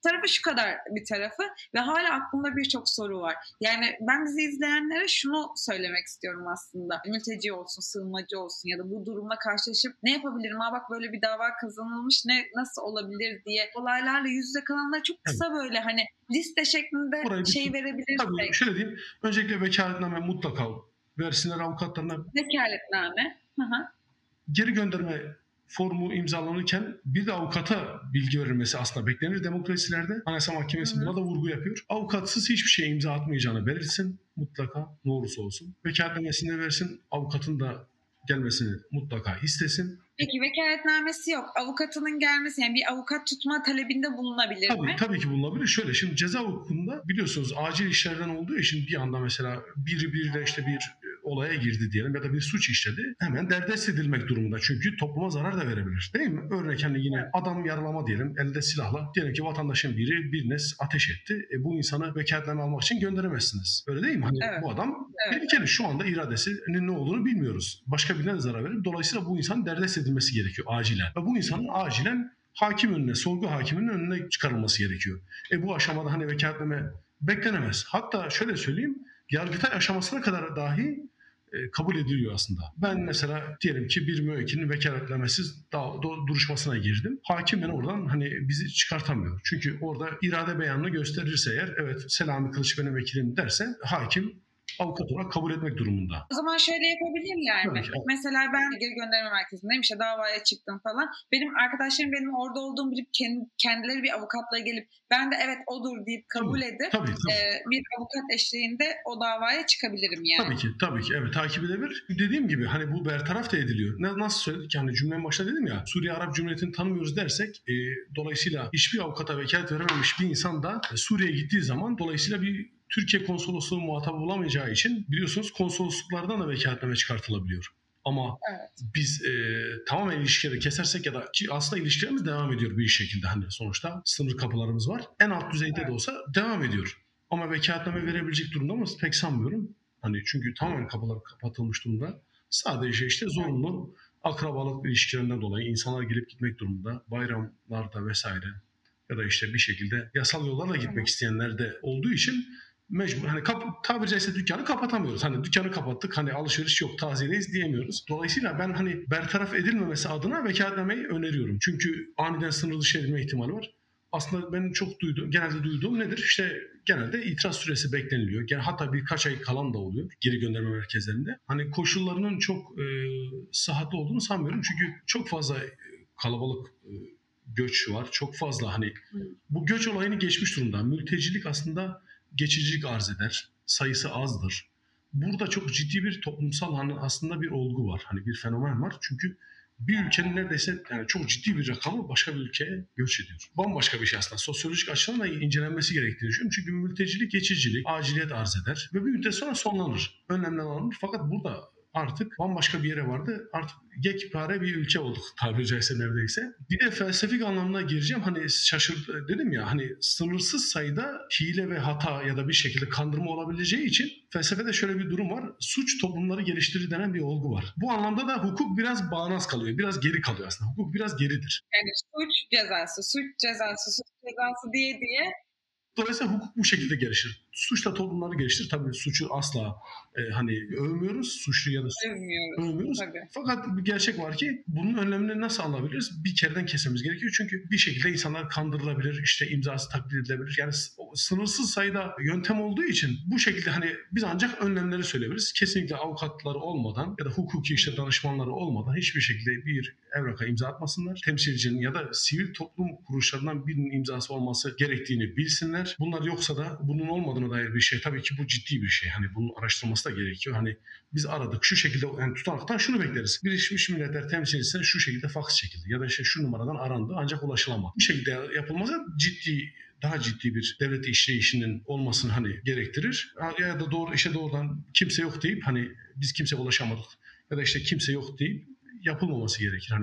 tarafı şu kadar bir tarafı ve hala aklımda birçok soru var. Yani ben bizi izleyenlere şunu söylemek istiyorum aslında. Mülteci olsun, sığınmacı olsun ya da bu durumla karşılaşıp ne yapabilirim? Ha bak böyle bir dava kazanılmış, ne nasıl olabilir diye olaylarla yüz yüze kalanlara çok kısa böyle hani liste şeklinde Burayı şey bir- verebilirsek. Tabii şöyle diyeyim. Öncelikle vekaletname mutlaka versinler avukatlarına. Vekaletname. Hı hı. Geri gönderme formu imzalanırken bir de avukata bilgi verilmesi aslında beklenir demokrasilerde. Anayasa Mahkemesi Hı hı. buna da vurgu yapıyor. Avukatsız hiçbir şeye imza atmayacağını belirtsin mutlaka, ne olursa olsun. Vekaletnamesini versin, avukatın da gelmesini mutlaka istesin. Peki vekaletnamesi yok. Avukatının gelmesi, yani bir avukat tutma talebinde bulunabilir Tabii, mi? tabii ki bulunabilir. Şöyle, şimdi ceza hukukunda biliyorsunuz acil işlerden olduğu için bir anda mesela biri biriyle işte bir e, olaya girdi diyelim ya da bir suç işledi. Hemen derdest edilmek durumunda. Çünkü topluma zarar da verebilir. Değil mi? Örnek hani yine adam yaralama diyelim, elde silahla. Diyelim ki vatandaşın biri birine ateş etti. E, bu insanı vekaletleme almak için gönderemezsiniz. Öyle değil mi? Hani Evet. bu adam Evet. tehlikeli. Şu anda iradesinin ne olduğunu bilmiyoruz. Başka birine de zarar verir. Dolayısıyla bu insanın derdest edilmesi gerekiyor acilen. Ve bu insanın acilen hakim önüne, sorgu hakiminin önüne çıkarılması gerekiyor. E bu aşamada hani vekaletleme beklenemez. Hatta şöyle söyleyeyim, Yargıtay aşamasına kadar dahi e, kabul ediliyor aslında. Ben mesela diyelim ki bir müvekkilin vekaletlemesiz da- do- duruşmasına girdim. Hakim beni oradan hani bizi çıkartamıyor. Çünkü orada irade beyanını gösterirse eğer, evet Selami Kılıç benim vekilim derse, hakim avukat olarak kabul etmek durumunda. O zaman şöyle yapabilirler mi? Tabii ki. Mesela ben geri gönderme merkezindeyim, işte davaya çıktım falan. Benim arkadaşlarım benim orada olduğumu bilip kendileri bir avukatla gelip ben de evet odur deyip kabul Tabii, edip tabii, tabii. e, bir avukat eşliğinde o davaya çıkabilirim yani. Tabii ki, tabii ki. Evet, takip edebilir. Dediğim gibi hani bu bertaraf da ediliyor. Ne, nasıl söyledik? Yani cümlenin başında dedim ya, Suriye Arap Cumhuriyeti'ni tanımıyoruz dersek, e, dolayısıyla hiçbir avukata vekalet verememiş bir insan da e, Suriye'ye gittiği zaman dolayısıyla bir Türkiye konsolosluğu muhatabı bulamayacağı için biliyorsunuz konsolosluklardan da vekaletleme çıkartılabiliyor. Ama Evet. biz e, tamamen ilişkileri kesersek ya da ki aslında ilişkilerimiz devam ediyor bir şekilde, hani sonuçta sınır kapılarımız var. En alt düzeyde Evet. de olsa devam ediyor. Ama vekaletleme verebilecek durumda mı? Pek sanmıyorum. Hani çünkü tamamen kapılar kapatılmış durumda. Sadece işte zorunlu akrabalık ilişkilerinden dolayı insanlar gelip gitmek durumunda. Bayramlarda vesaire ya da işte bir şekilde yasal yollarla gitmek isteyenler de olduğu için mecbur, hani kap, tabiri caizse dükkanı kapatamıyoruz. Hani dükkanı kapattık, hani alışveriş yok, taziyedeyiz diyemiyoruz. Dolayısıyla ben hani bertaraf edilmemesi adına vekaletlemeyi öneriyorum. Çünkü aniden sınır dışı edilme ihtimali var. Aslında benim çok duyduğum, genelde duyduğum nedir? İşte genelde itiraz süresi bekleniliyor. Hatta birkaç ay kalan da oluyor geri gönderme merkezlerinde. Hani koşullarının çok e, sıhhatli olduğunu sanmıyorum. Çünkü çok fazla e, kalabalık e, göç var. Çok fazla hani bu göç olayını geçmiş durumda. Mültecilik aslında geçicilik arz eder. Sayısı azdır. Burada çok ciddi bir toplumsal hani aslında bir olgu var. Hani bir fenomen var. Çünkü bir ülkenin neredeyse yani çok ciddi bir rakamı başka bir ülkeye göç ediyor. Bambaşka bir şey aslında. Sosyolojik açıdan da incelenmesi gerektiğini düşünüyorum. Çünkü mültecilik geçicilik, aciliyet arz eder ve bir müddet sonra sonlanır. Önlemler alınır. Fakat burada artık bambaşka bir yere vardı. Artık yekpare bir ülke olduk tabiri caizse neredeyse. Bir de felsefik anlamına gireceğim. Hani şaşırdı dedim ya, hani sınırsız sayıda hile ve hata ya da bir şekilde kandırma olabileceği için felsefede şöyle bir durum var. Suç toplumları geliştirir denen bir olgu var. Bu anlamda da hukuk biraz bağnaz kalıyor. Biraz geri kalıyor aslında. Hukuk biraz geridir. Yani suç cezası, suç cezası, suç cezası diye diye. Dolayısıyla hukuk bu şekilde gelişir. Suçla toplumları geliştir. Tabii suçu asla e, hani övmüyoruz. Suçlu ya da Övmüyoruz. övmüyoruz. Tabii. Fakat bir gerçek var ki bunun önlemini nasıl alabiliriz? Bir kereden kesmemiz gerekiyor. Çünkü bir şekilde insanlar kandırılabilir, işte imzası taklit edilebilir. Yani sınırsız sayıda yöntem olduğu için bu şekilde hani biz ancak önlemleri söyleyebiliriz. Kesinlikle avukatları olmadan ya da hukuki işte danışmanları olmadan hiçbir şekilde bir evraka imza atmasınlar. Temsilcinin ya da sivil toplum kuruluşlarından birinin imzası olması gerektiğini bilsinler. Bunlar yoksa da bunun olmadığına dair bir şey. Tabii ki bu ciddi bir şey. Hani bunun araştırılması da gerekiyor. Hani biz aradık şu şekilde, yani tutanaktan şunu bekleriz. Birleşmiş Milletler temsilcisine şu şekilde faks çekildi ya da işte şu numaradan arandı ancak ulaşılamadı. Bu şekilde yapılmazsa ciddi daha ciddi bir devlet işleyişinin olmasını hani gerektirir. Ya da doğru işte doğrudan kimse yok deyip hani biz kimseye ulaşamadık ya da işte kimse yok deyip yapılmaması gerekir. Hani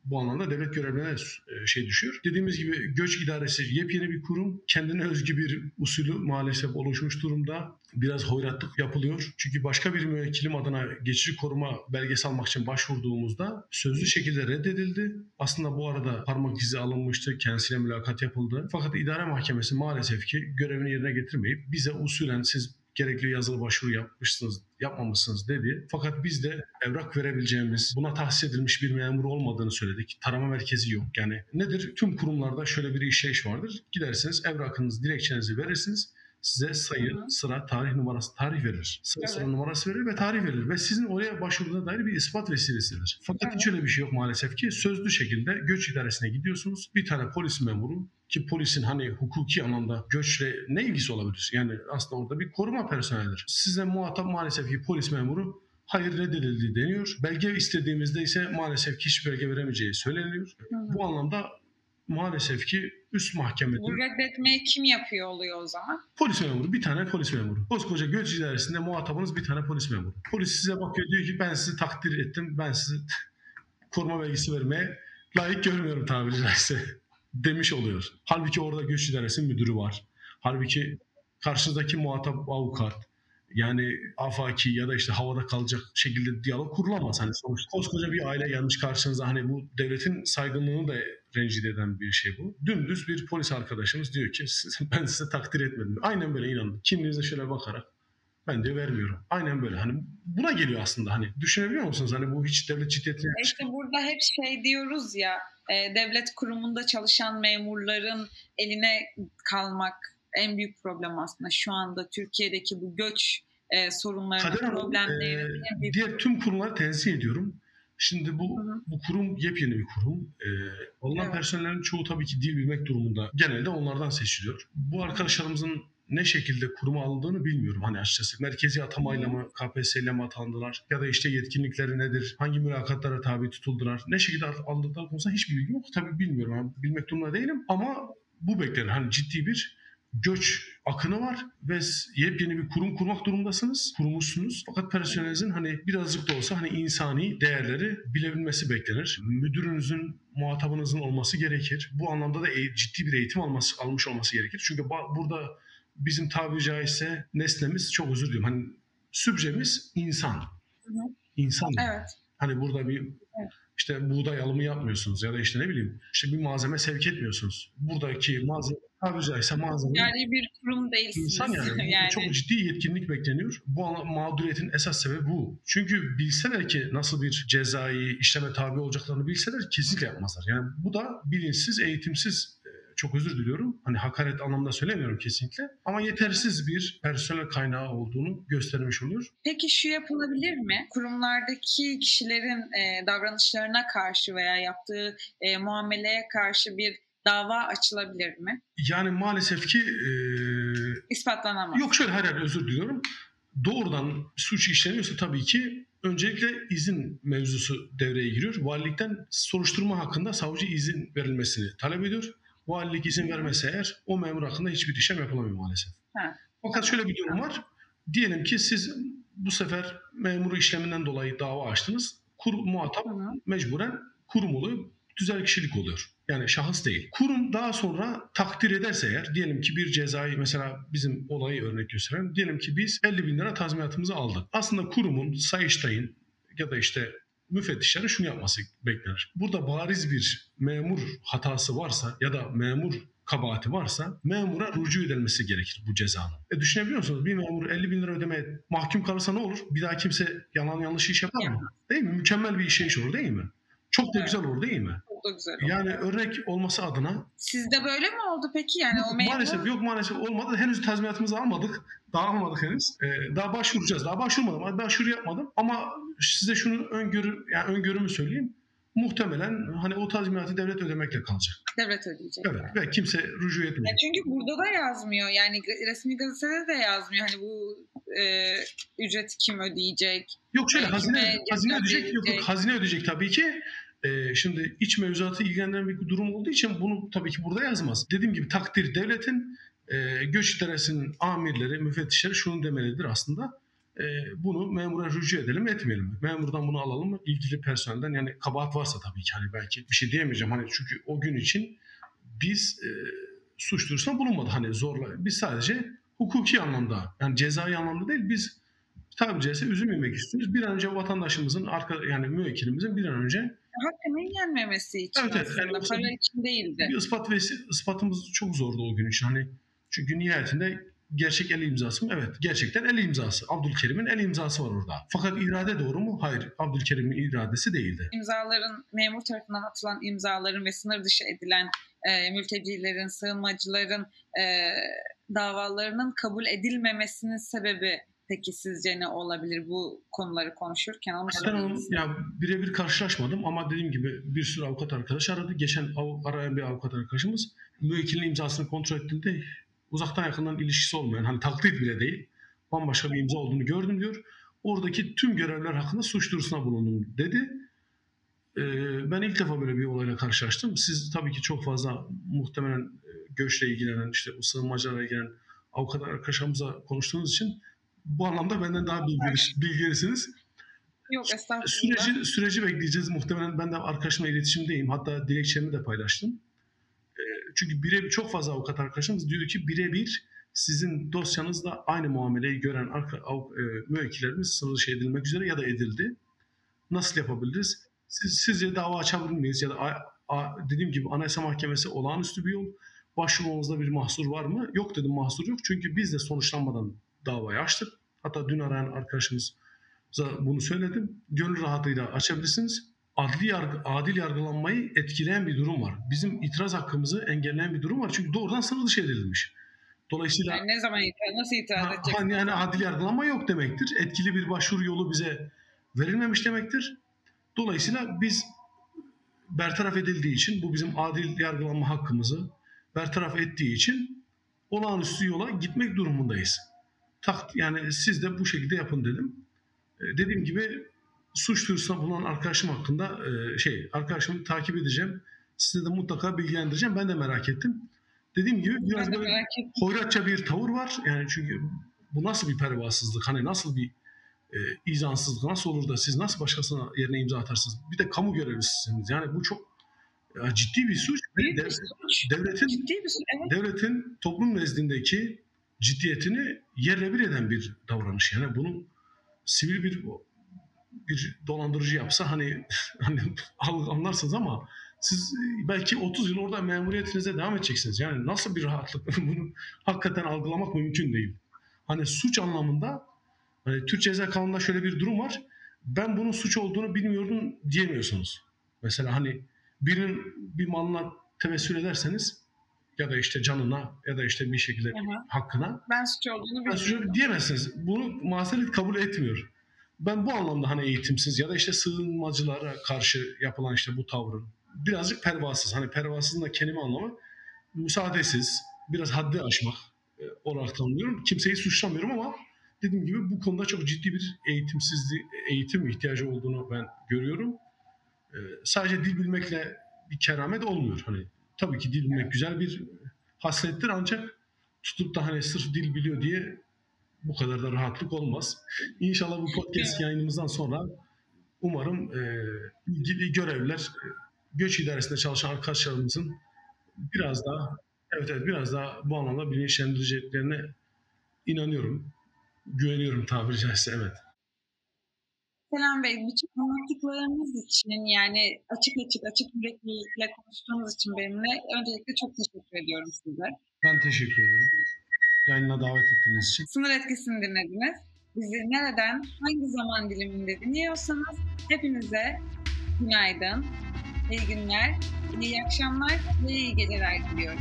Bu anlamda devlet görevlerine şey düşüyor. Dediğimiz gibi göç idaresi yepyeni bir kurum. Kendine özgü bir usulü maalesef oluşmuş durumda. Biraz hoyratlık yapılıyor. Çünkü başka bir müvekkilim adına geçici koruma belgesi almak için başvurduğumuzda sözlü şekilde reddedildi. Aslında bu arada parmak izi alınmıştı. Kendisiyle mülakat yapıldı. Fakat idare mahkemesi maalesef ki görevini yerine getirmeyip bize usulen siz gerekli yazılı başvuru yapmışsınız, yapmamışsınız dedi. Fakat biz de evrak verebileceğimiz, buna tahsis edilmiş bir memur olmadığını söyledik. Tarama merkezi yok. Yani nedir? Tüm kurumlarda şöyle bir işleyiş vardır. Gidersiniz, evrakınızı, dilekçenizi verirsiniz. Size sayı, Hı-hı. sıra, tarih numarası, tarih verir. Sayı, evet. sıra numarası verir ve tarih verir. Ve sizin oraya başvurduğuna dair bir ispat vesilesidir. Fakat evet. hiç öyle bir şey yok maalesef ki. Sözlü şekilde göç idaresine gidiyorsunuz. Bir tane polis memuru, ki polisin hani hukuki anlamda göçle ne ilgisi olabilir? Yani aslında orada bir koruma personelidir. Size muhatap maalesef ki polis memuru hayır reddedildi deniyor. Belge istediğimizde ise maalesef ki hiç belge veremeyeceği söyleniyor. Hı-hı. Bu anlamda maalesef ki üst mahkemede... Bu reddetmeyi kim yapıyor oluyor o zaman? Polis memuru, bir tane polis memuru. Koskoca göç idaresinde muhatabınız bir tane polis memuru. Polis size bakıyor, diyor ki ben sizi takdir ettim, ben sizi koruma belgesi vermeye layık görmüyorum tabiri caizse demiş oluyor. Halbuki orada göç idaresinin müdürü var. Halbuki karşınızdaki muhatap avukat, yani afaki ya da işte havada kalacak şekilde diyalog kurulamaz. Hani sonuçta koskoca bir aile gelmiş karşınıza, hani bu devletin saygınlığını da rencide eden bir şey bu. Dümdüz bir polis arkadaşımız diyor ki ben size takdir etmedim. Aynen böyle, inanın. Kimliğinize şöyle bakarak ben diyor vermiyorum. Aynen böyle. Hani buna geliyor aslında. Hani düşünebiliyor musunuz? Hani bu hiç devlet ciddiyetine... İşte burada hep şey diyoruz ya, devlet kurumunda çalışan memurların eline kalmak en büyük problem aslında şu anda Türkiye'deki bu göç e, sorunlarının, problemlerinin e, en büyük diğer tüm kurumları tenzih ediyorum. Şimdi bu hı hı. bu kurum yepyeni bir kurum. Ee, alınan evet. personellerin çoğu tabii ki dil bilmek durumunda. Genelde onlardan seçiliyor. Bu arkadaşlarımızın ne şekilde kuruma alındığını bilmiyorum hani açıkçası. Merkezi atamayla mı, K P S S ile mi atandılar? Ya da işte yetkinlikleri nedir? Hangi mülakatlara tabi tutuldular? Ne şekilde alındıkları konusunda hiçbir bilgim yok. Tabii bilmiyorum. Yani bilmek durumunda değilim. Ama bu beklenir. Hani ciddi bir göç akını var ve yepyeni bir kurum kurmak durumundasınız, kurmuşsunuz. Fakat personelinizin hani birazcık da olsa hani insani değerleri bilebilmesi beklenir. Müdürünüzün, muhatabınızın olması gerekir. Bu anlamda da ciddi bir eğitim alması, almış olması gerekir. Çünkü burada bizim tabiri caizse nesnemiz, çok özür diliyorum, hani sübjemiz insan. Hı hı. İnsan. Evet. Hani burada bir evet. işte buğday alımı yapmıyorsunuz ya da işte ne bileyim işte bir malzeme sevk etmiyorsunuz. Buradaki malzeme tabiri caizse malzeme. Yani bir kurum değilsiniz. İnsan yani. yani. Çok ciddi yetkinlik bekleniyor. Bu mağduriyetin esas sebebi bu. Çünkü bilseler ki nasıl bir cezai işleme tabi olacaklarını bilseler kesinlikle yapmazlar. Yani bu da bilinçsiz, eğitimsiz, çok özür diliyorum. Hani hakaret anlamında söylemiyorum kesinlikle. Ama yetersiz bir personel kaynağı olduğunu göstermiş oluyor. Peki şu yapılabilir mi? Kurumlardaki kişilerin e, davranışlarına karşı veya yaptığı e, muameleye karşı bir dava açılabilir mi? Yani maalesef ki... E, ispatlanamaz. Yok şöyle, hayır, hayır özür diliyorum. Doğrudan suç işleniyorsa tabii ki öncelikle izin mevzusu devreye giriyor. Valilikten soruşturma hakkında savcı izin verilmesini talep ediyor. Valilik izin vermese eğer o memur hakkında hiçbir işlem yapılamıyor maalesef. Ha. Fakat şöyle bir durum var. Diyelim ki siz bu sefer memuru işleminden dolayı dava açtınız. Kur, muhatap Hı. mecburen kurum oluyor, tüzel kişilik oluyor. Yani şahıs değil. Kurum daha sonra takdir ederse eğer, diyelim ki bir cezayı, mesela bizim olayı örnek gösterelim. Diyelim ki biz elli bin lira tazminatımızı aldık. Aslında kurumun, Sayıştay'ın ya da işte müfettişlerin şunu yapması beklenir. Burada bariz bir memur hatası varsa ya da memur kabahati varsa memura rücu edilmesi gerekir bu cezanın. E düşünebiliyor musunuz? Bir memur elli bin lira ödemeye mahkum kalırsa ne olur? Bir daha kimse yalan yanlış iş yapar mı? Değil mi? Mükemmel bir işleyiş olur değil mi? Çok da evet. güzel olur değil mi? Çok da güzel olur. Yani örnek olması adına. Sizde böyle mi oldu peki? Yani yok, o memur... Maalesef yok maalesef olmadı. Henüz tazminatımızı almadık. Daha almadık henüz. Ee, daha başvuracağız. Daha başvurmadım. Başvuru yapmadım. Ama size şunu öngörü, yani öngörümü söyleyeyim. Muhtemelen hani o tazminatı devlet ödemekle kalacak. Devlet ödeyecek. Evet. Yani. Ve kimse rücu etmiyor. Ya çünkü burada da yazmıyor. Yani resmi gazetede de yazmıyor. Hani bu e, ücreti kim ödeyecek? Yok şöyle hazine, hazine ödeyecek. Yok, yok hazine ödeyecek tabii ki. Ee, şimdi iç mevzuatı ilgilendiren bir durum olduğu için bunu tabii ki burada yazmaz. Dediğim gibi takdir devletin, e, göç idaresinin amirleri, müfettişleri şunu demelidir aslında. e, bunu memura rücu edelim mi etmeyelim mi? Memurdan bunu alalım mı? İlgili personelden, yani kabahat varsa tabii ki, hani belki bir şey diyemeyeceğim. Hani çünkü o gün için biz e, suç duyurusunda bulunmadı. Hani zorla. Biz sadece hukuki anlamda, yani cezai anlamda değil, biz tabiri caizse üzüm yemek istiyoruz. Bir an önce vatandaşımızın, arka, yani müvekkilimizin bir an önce Hakkının yenmemesi için evet, evet, aslında. yani Para için değildi. bir ispat ve ispatımız çok zordu o gün için. Hani çünkü nihayetinde gerçek el imzası mı? Evet. Gerçekten el imzası. Abdülkerim'in el imzası var orada. Fakat irade doğru mu? Hayır. Abdülkerim'in iradesi değildi. İmzaların, memur tarafından atılan imzaların ve sınır dışı edilen e, mültecilerin, sığınmacıların e, davalarının kabul edilmemesinin sebebi peki sizce ne olabilir bu konuları konuşurken? Onu Ben onun sorayım. ya birebir karşılaşmadım ama dediğim gibi bir sürü avukat arkadaş aradı. Geçen av, arayan bir avukat arkadaşımız müvekkilin imzasını kontrol ettiğinde uzaktan yakından ilişkisi olmayan, hani taklit bile değil, bambaşka bir imza olduğunu gördüm diyor. Oradaki tüm görevler hakkında suç duyurusuna bulundum dedi. Ee, ben ilk defa böyle bir olayla karşılaştım. Siz tabii ki çok fazla muhtemelen e, göçle ilgilenen, işte bu sığınmacılarla ilgilenen avukat arkadaşlarımızla konuştuğunuz için bu anlamda benden daha bilgili, bilgilisiniz. Yok estağfurullah. Süreci, süreci bekleyeceğiz. Muhtemelen ben de arkadaşımla iletişimdeyim. Hatta dilekçemi de paylaştım. E, çünkü bire, çok fazla avukat arkadaşımız diyor ki birebir sizin dosyanızda aynı muameleyi gören arka, av, e, müvekkillerimiz sınır dışı edilmek üzere ya da edildi. Nasıl yapabiliriz? Siz, sizce dava açabilir miyiz? Ya da a, a, dediğim gibi Anayasa Mahkemesi olağanüstü bir yol. Başvurmamızda bir mahsur var mı? Yok dedim, mahsur yok. Çünkü biz de sonuçlanmadan davayı açtık. Hatta dün arayan arkadaşımız bunu söyledim. Gönül rahatlığıyla açabilirsiniz. Adli yargı, adil yargılanmayı etkileyen bir durum var. Bizim itiraz hakkımızı engelleyen bir durum var. Çünkü doğrudan sınır dışı edilmiş. Dolayısıyla Yani ne zaman itiraz, nasıl itiraz ha, edeceksiniz? yani adil yargılanma yok demektir. Etkili bir başvuru yolu bize verilmemiş demektir. Dolayısıyla biz bertaraf edildiği için, bu bizim adil yargılanma hakkımızı bertaraf ettiği için olağanüstü yola gitmek durumundayız. Tak, yani siz de bu şekilde yapın dedim. Dediğim gibi suç duyurusunda bulunan arkadaşım hakkında e, şey arkadaşımı takip edeceğim. Size de mutlaka bilgilendireceğim. Ben de merak ettim. Dediğim gibi biraz böyle hoyratça bir tavır var. Yani çünkü bu nasıl bir pervasızlık? Hani nasıl bir e, izansızlık? Nasıl olur da siz nasıl başkasına yerine imza atarsınız? Bir de kamu görevlisisiniz. Yani bu çok ya, ciddi bir suç. Büyük De, bir suç. devletin Ciddi bir suç. Evet. devletin toplum nezdindeki ciddiyetini yerle bir eden bir davranış. Yani bunun sivil bir bir dolandırıcı yapsa hani, hani anlarsınız ama siz belki otuz yıl orada memuriyetinize devam edeceksiniz. Yani nasıl bir rahatlık, bunu hakikaten algılamak mümkün değil. Hani suç anlamında, hani Türk Ceza Kanunu'nda şöyle bir durum var. Ben bunun suç olduğunu bilmiyordum diyemiyorsunuz. Mesela hani birinin bir malına tevessül ederseniz ya da işte canına ya da işte bir şekilde Aha. hakkına Ben suç olduğunu ben bilmiyorum. suç diyemezsiniz. Bunu muhasebet kabul etmiyor. Ben bu anlamda hani eğitimsiz ya da işte sığınmacılara karşı yapılan işte bu tavrın birazcık pervasız. Hani pervasızın da kelime anlamı müsaadesiz, biraz haddi aşmak e, olarak tanımlıyorum. Kimseyi suçlamıyorum ama dediğim gibi bu konuda çok ciddi bir eğitimsizliği, eğitim ihtiyacı olduğunu ben görüyorum. E, sadece dil bilmekle bir keramet olmuyor. Hani tabii ki dil bilmek güzel bir haslettir ancak tutup da hani sırf dil biliyor diye bu kadar da rahatlık olmaz. İnşallah bu podcast yayınımızdan sonra umarım e, ilgili görevliler, e, göç idaresinde çalışan arkadaşlarımızın biraz daha evet evet biraz daha bu anlamda bilinçlendireceklerine inanıyorum. Güveniyorum tabiri caizse, evet. Selam Bey, bütün anlattıklarınız için yani açık açık, açık yüreklilikle konuştuğunuz için benimle öncelikle çok teşekkür ediyorum size. Ben teşekkür ederim. Yayınına davet ettiğiniz için. Sınır etkisini dinlediniz. Bizi nereden, hangi zaman diliminde dinliyorsanız hepinize günaydın, iyi günler, iyi akşamlar ve iyi geceler diliyorum.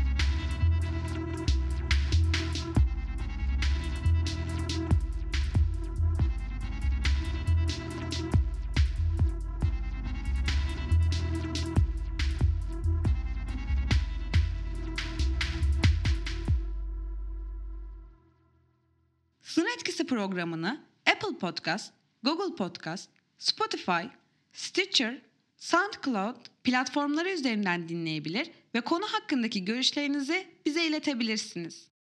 Sınır Etkisi programını Apple Podcast, Google Podcast, Spotify, Stitcher, SoundCloud platformları üzerinden dinleyebilir ve konu hakkındaki görüşlerinizi bize iletebilirsiniz.